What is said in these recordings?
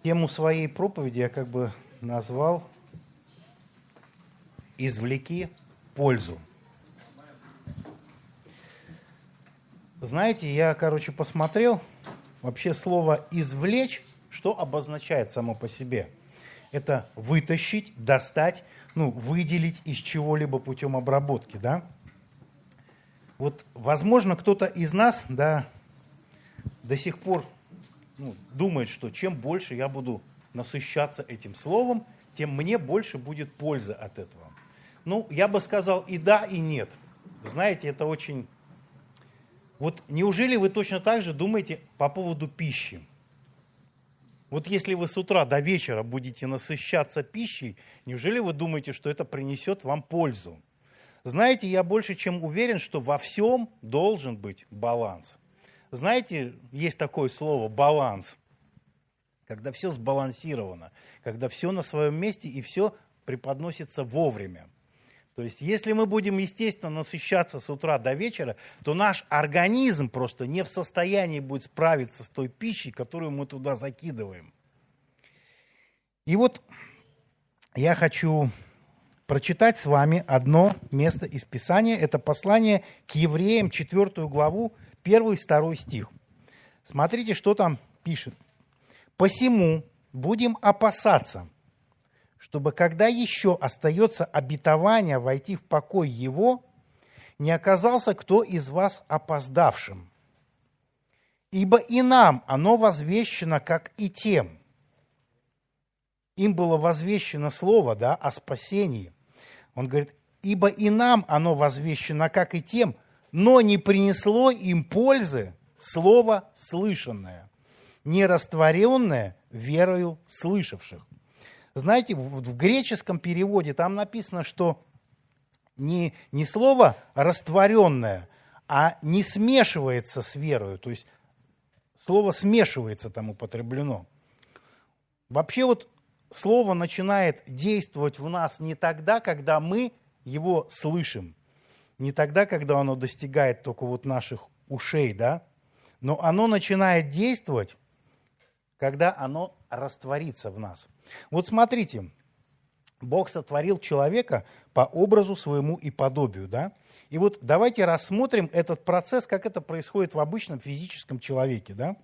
Тему своей проповеди я назвал «Извлеки пользу». Знаете, я, посмотрел, вообще слово «извлечь», что обозначает само по себе? Это вытащить, достать, выделить из чего-либо путем обработки, да? Вот, возможно, кто-то из нас, до сих пор думает, что чем больше я буду насыщаться этим словом, тем мне больше будет польза от этого. Я бы сказал и да, и нет. Знаете, это очень... Вот неужели вы точно так же думаете по поводу пищи? Вот если вы с утра до вечера будете насыщаться пищей, неужели вы думаете, что это принесет вам пользу? Знаете, я больше чем уверен, что во всем должен быть баланс. Знаете, есть такое слово «баланс», когда все сбалансировано, когда все на своем месте и все преподносится вовремя. То есть, если мы будем, естественно, насыщаться с утра до вечера, то наш организм просто не в состоянии будет справиться с той пищей, которую мы туда закидываем. И вот я хочу прочитать с вами одно место из Писания. Это послание к Евреям, 4 главу, 1 и 2 стих. Смотрите, что там пишет. «Посему будем опасаться, чтобы, когда еще остается обетование войти в покой его, не оказался кто из вас опоздавшим. Ибо и нам оно возвещено, как и тем». Им было возвещено слово, о спасении. Он говорит, «Ибо и нам оно возвещено, как и тем, но не принесло им пользы слово слышанное, не растворенное верою слышавших». Знаете, в греческом переводе там написано, что не слово растворенное, а не смешивается с верою. То есть слово смешивается там употреблено. Вообще слово начинает действовать в нас не тогда, когда мы его слышим, не тогда, когда оно достигает только наших ушей, но оно начинает действовать, когда оно растворится в нас. Вот смотрите, Бог сотворил человека по образу своему и подобию, И давайте рассмотрим этот процесс, как это происходит в обычном физическом человеке,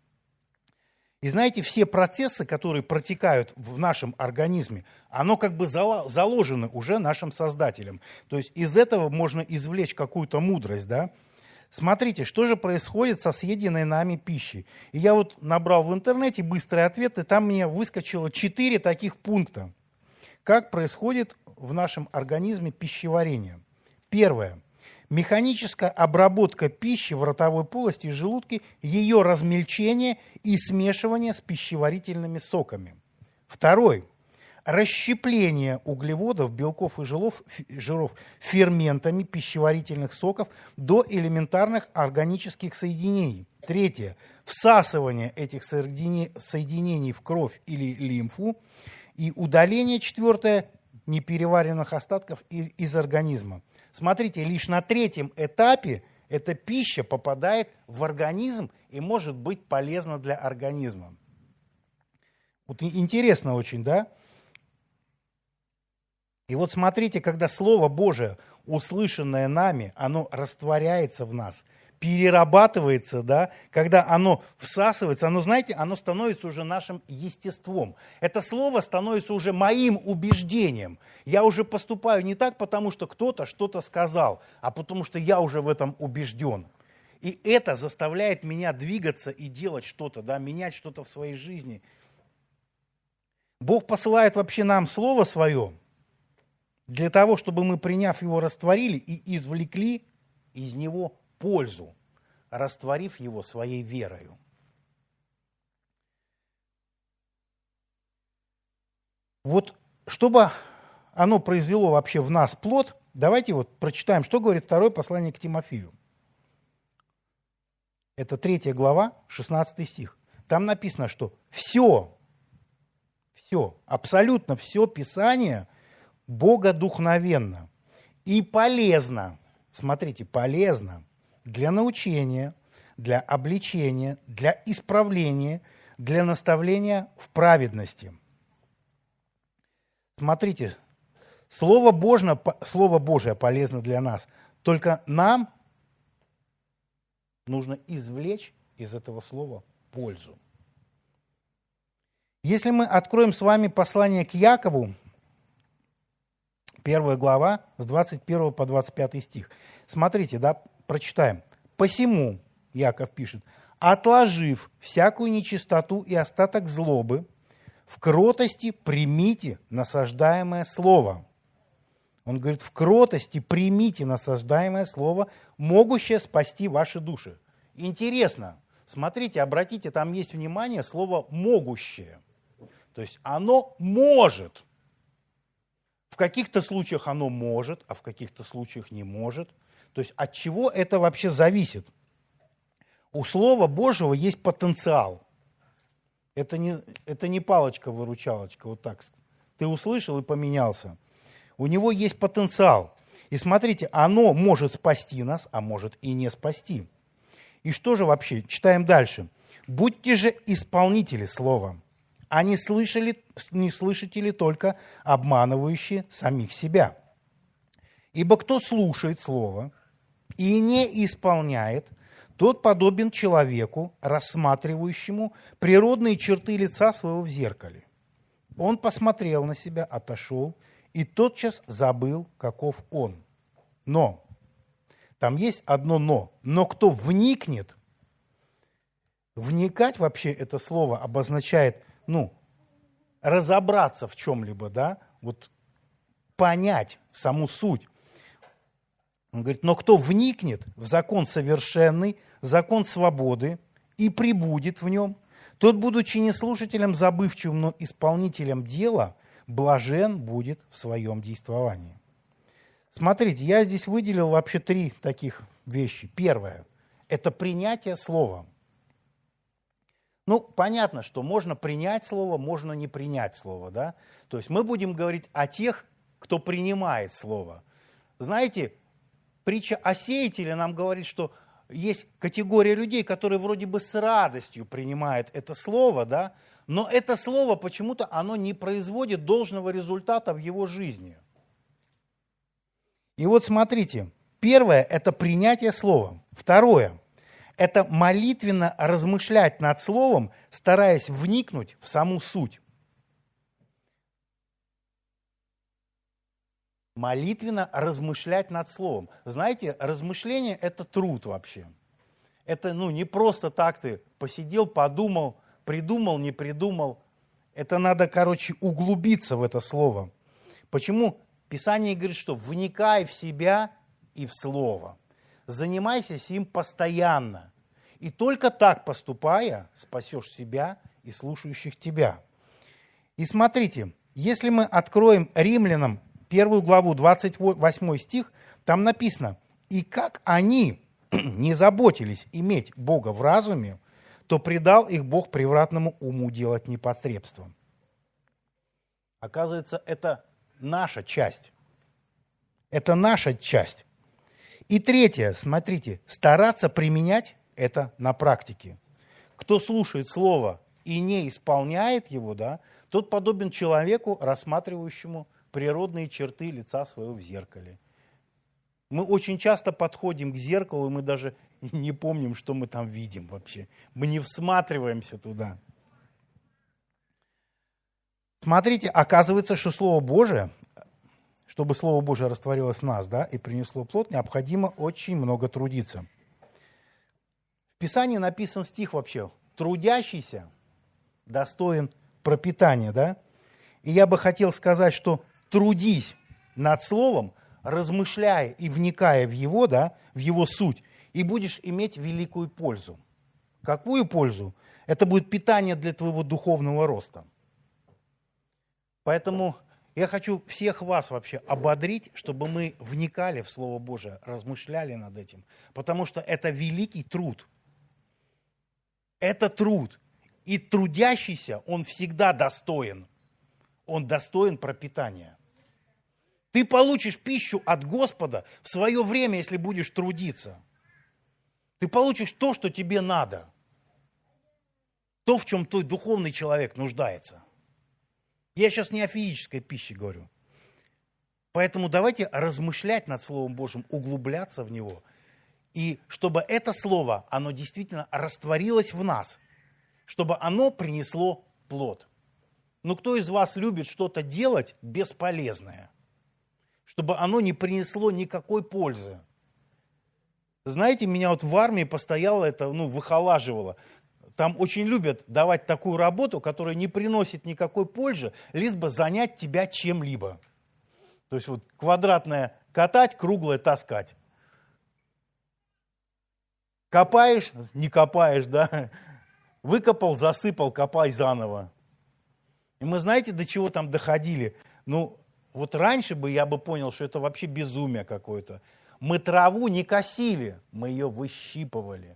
И знаете, все процессы, которые протекают в нашем организме, оно заложено уже нашим Создателем. То есть из этого можно извлечь какую-то мудрость, Смотрите, что же происходит со съеденной нами пищей. И я набрал в интернете быстрый ответ, и там мне выскочило 4 таких пункта. Как происходит в нашем организме пищеварение. Первое. Механическая обработка пищи в ротовой полости и желудке, ее размельчение и смешивание с пищеварительными соками. Второй. Расщепление углеводов, белков и жиров ферментами пищеварительных соков до элементарных органических соединений. Третье. Всасывание этих соединений в кровь или лимфу. И удаление, четвертое, непереваренных остатков из организма. Смотрите, лишь на 3-м этапе эта пища попадает в организм и может быть полезна для организма. Интересно очень, И смотрите, когда Слово Божие, услышанное нами, оно растворяется в нас, перерабатывается, когда оно всасывается, оно становится уже нашим естеством. Это слово становится уже моим убеждением. Я уже поступаю не так, потому что кто-то что-то сказал, а потому что я уже в этом убежден. И это заставляет меня двигаться и делать что-то, менять что-то в своей жизни. Бог посылает вообще нам Слово Свое, для того, чтобы мы, приняв его, растворили и извлекли из него пользу, растворив его своей верою. Чтобы оно произвело вообще в нас плод, давайте прочитаем, что говорит 2 послание к Тимофею. Это 3 глава, 16 стих. Там написано, что все, абсолютно все Писание богодухновенно и полезно, смотрите, полезно для научения, для обличения, для исправления, для наставления в праведности. Смотрите, Слово Божие полезно для нас, только нам нужно извлечь из этого слова пользу. Если мы откроем с вами послание к Якову, 1 глава, с 21 по 25 стих. Смотрите, да, прочитаем. «Посему», Яков пишет, «отложив всякую нечистоту и остаток злобы, в кротости примите насаждаемое слово». Он говорит, в кротости примите насаждаемое слово, могущее спасти ваши души. Интересно, смотрите, обратите, там есть внимание, слово «могущее». То есть оно может. В каких-то случаях оно может, а в каких-то случаях не может. То есть от чего это вообще зависит? У Слова Божьего есть потенциал. Это не палочка-выручалочка, вот так. Ты услышал и поменялся. У него есть потенциал. И смотрите, оно может спасти нас, а может и не спасти. И что же вообще? Читаем дальше. «Будьте же исполнители слова, а не слышите ли только обманывающие самих себя? Ибо кто слушает слово и не исполняет, тот подобен человеку, рассматривающему природные черты лица своего в зеркале. Он посмотрел на себя, отошел и тотчас забыл, каков он. Но, там есть одно но кто вникнет, вникать вообще это слово обозначает, разобраться в чем-либо, да, вот понять саму суть. Он говорит, но кто вникнет в закон совершенный, закон свободы и пребудет в нем, тот, будучи не слушателем забывчивым, но исполнителем дела, блажен будет в своем действовании. Смотрите, я здесь выделил вообще 3 таких вещи. Первое – это принятие слова. Понятно, что можно принять слово, можно не принять слово, да? То есть мы будем говорить о тех, кто принимает слово. Знаете, притча о сеятеле нам говорит, что есть категория людей, которые вроде бы с радостью принимают это слово, да? Но это слово почему-то оно не производит должного результата в его жизни. И вот смотрите, первое – это принятие слова. Второе – это молитвенно размышлять над словом, стараясь вникнуть в саму суть. Молитвенно размышлять над словом. Знаете, размышление – это труд вообще. Это не просто так ты посидел, подумал, придумал, не придумал. Это надо, углубиться в это слово. Почему? Писание говорит, что вникай в себя и в слово. Занимайся сим постоянно. И только так поступая, спасешь себя и слушающих тебя. И смотрите, если мы откроем Римлянам 1 главу, 28 стих, там написано, «И как они не заботились иметь Бога в разуме, то предал их Бог превратному уму делать непотребство». Оказывается, это наша часть. Это наша часть. И третье, смотрите, стараться применять это на практике. Кто слушает слово и не исполняет его, да, тот подобен человеку, рассматривающему природные черты лица своего в зеркале. Мы очень часто подходим к зеркалу, и мы даже не помним, что мы там видим вообще. Мы не всматриваемся туда. Смотрите, оказывается, что Слово Божие, чтобы Слово Божие растворилось в нас, да, и принесло плод, необходимо очень много трудиться. В Писании написан стих вообще: «Трудящийся достоин пропитания», да? И я бы хотел сказать, что трудись над Словом, размышляя и вникая в его, да, в его суть, и будешь иметь великую пользу. Какую пользу? Это будет питание для твоего духовного роста. Поэтому я хочу всех вас вообще ободрить, чтобы мы вникали в Слово Божие, размышляли над этим, потому что это великий труд. Это труд. И трудящийся, он всегда достоин. Он достоин пропитания. Ты получишь пищу от Господа в свое время, если будешь трудиться. Ты получишь то, что тебе надо. то, в чем твой духовный человек нуждается. Я сейчас не о физической пище говорю. Поэтому давайте размышлять над Словом Божьим, углубляться в него. И чтобы это Слово, оно действительно растворилось в нас, чтобы оно принесло плод. Ну, кто из вас любит что-то делать бесполезное? Чтобы оно не принесло никакой пользы. Знаете, меня вот в армии постоянно это, выхолаживало. Там очень любят давать такую работу, которая не приносит никакой пользы, лишь бы занять тебя чем-либо. То есть вот квадратное катать, круглое таскать. Копаешь, не копаешь, да? Выкопал, засыпал, копай заново. И мы знаете, до чего там доходили? Вот раньше бы я бы понял, что это вообще безумие какое-то. Мы траву не косили, мы ее выщипывали.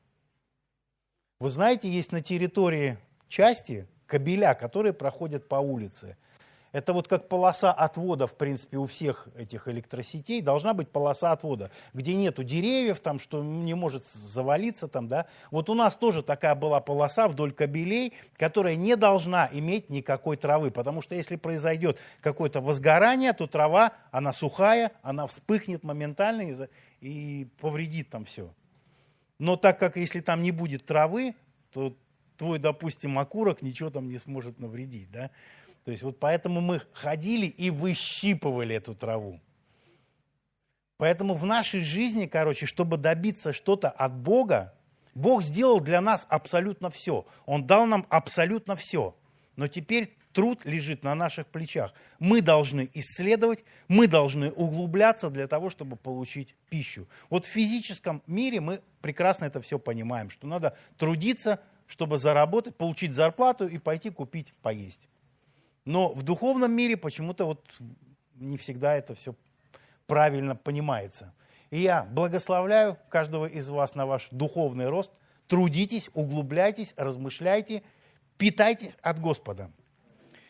Вы знаете, есть на территории части кабеля, которые проходят по улице. Это вот как полоса отвода, в принципе, у всех этих электросетей должна быть полоса отвода, где нету деревьев, там, что не может завалиться. Там, да. Вот у нас тоже такая была полоса вдоль кабелей, которая не должна иметь никакой травы, потому что если произойдет какое-то возгорание, то трава, она сухая, она вспыхнет моментально и повредит там все. Но так как если там не будет травы, то твой, допустим, окурок ничего там не сможет навредить, да. То есть вот поэтому мы ходили и выщипывали эту траву. Поэтому в нашей жизни, чтобы добиться что-то от Бога, Бог сделал для нас абсолютно все. Он дал нам абсолютно все. Но теперь труд лежит на наших плечах. Мы должны исследовать, мы должны углубляться для того, чтобы получить пищу. Вот в физическом мире мы прекрасно это все понимаем, что надо трудиться, чтобы заработать, получить зарплату и пойти купить поесть. Но в духовном мире почему-то вот не всегда это все правильно понимается. И я благословляю каждого из вас на ваш духовный рост. Трудитесь, углубляйтесь, размышляйте, питайтесь от Господа.